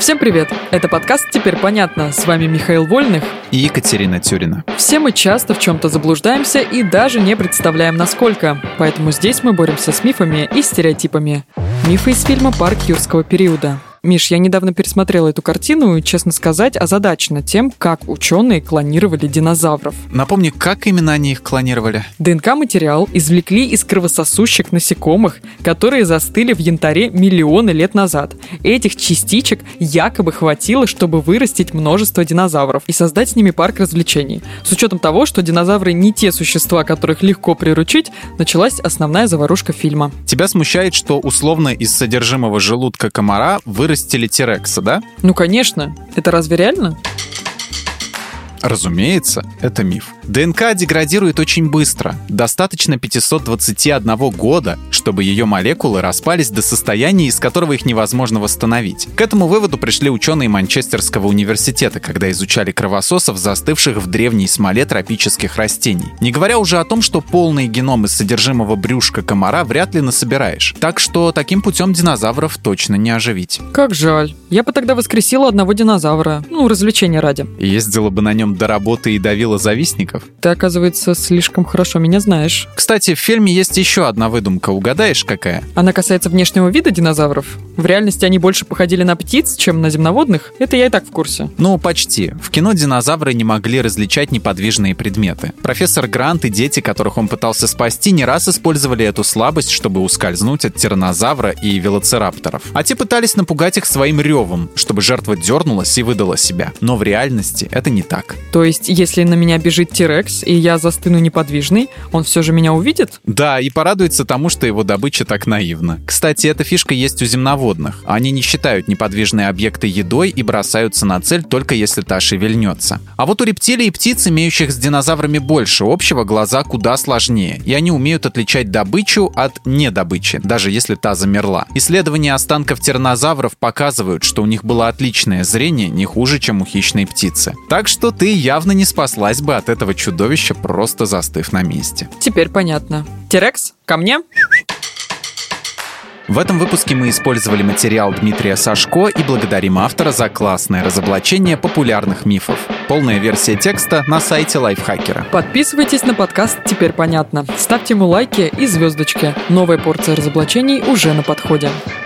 Всем привет! Это подкаст «Теперь понятно». С вами Михаил Вольных и Екатерина Тюрина. Все мы часто в чем-то заблуждаемся и даже не представляем, насколько. Поэтому здесь мы боремся с мифами и стереотипами. Мифы из фильма «Парк юрского периода». Миш, я недавно пересмотрела эту картину и, честно сказать, озадачена тем, как ученые клонировали динозавров. Напомни, как именно они их клонировали? ДНК-материал извлекли из кровососущих насекомых, которые застыли в янтаре миллионы лет назад. Этих частичек якобы хватило, чтобы вырастить множество динозавров и создать с ними парк развлечений. С учетом того, что динозавры не те существа, которых легко приручить, началась основная заварушка фильма. Тебя смущает, что условно из содержимого желудка комара вырастили T-рекса, да? Ну, конечно. Это разве реально? Разумеется, это миф. ДНК деградирует очень быстро. Достаточно 521 года, чтобы ее молекулы распались до состояния, из которого их невозможно восстановить. К этому выводу пришли ученые Манчестерского университета, когда изучали кровососов, застывших в древней смоле тропических растений. Не говоря уже о том, что полный геном из содержимого брюшка комара вряд ли насобираешь. Так что таким путем динозавров точно не оживить. Как жаль. Я бы тогда воскресила одного динозавра. Развлечения ради. Ездила бы на нем до работы и давила завистников? Ты, оказывается, слишком хорошо меня знаешь. Кстати, в фильме есть еще одна выдумка. Угадаешь, какая? Она касается внешнего вида динозавров. В реальности они больше походили на птиц, чем на земноводных. Это я и так в курсе. Ну, почти. В кино динозавры не могли различать неподвижные предметы. Профессор Грант и дети, которых он пытался спасти, не раз использовали эту слабость, чтобы ускользнуть от тираннозавра и велоцирапторов. А те пытались напугать их своим ревом, чтобы жертва дернулась и выдала себя. Но в реальности это не так. То есть, если на меня бежит T-рекс, и я застыну неподвижный, он все же меня увидит? Да, и порадуется тому, что его добыча так наивна. Кстати, эта фишка есть у земноводных. Они не считают неподвижные объекты едой и бросаются на цель только если та шевельнется. А вот у рептилий и птиц, имеющих с динозаврами больше общего, глаза куда сложнее, и они умеют отличать добычу от недобычи, даже если та замерла. Исследования останков тираннозавров показывают, что у них было отличное зрение, не хуже, чем у хищной птицы. Так что ты явно не спаслась бы от этого чудовища, просто застыв на месте. Теперь понятно. T-рекс, ко мне? В этом выпуске мы использовали материал Дмитрия Сашко и благодарим автора за классное разоблачение популярных мифов. Полная версия текста на сайте Лайфхакера. Подписывайтесь на подкаст «Теперь понятно». Ставьте ему лайки и звездочки. Новая порция разоблачений уже на подходе.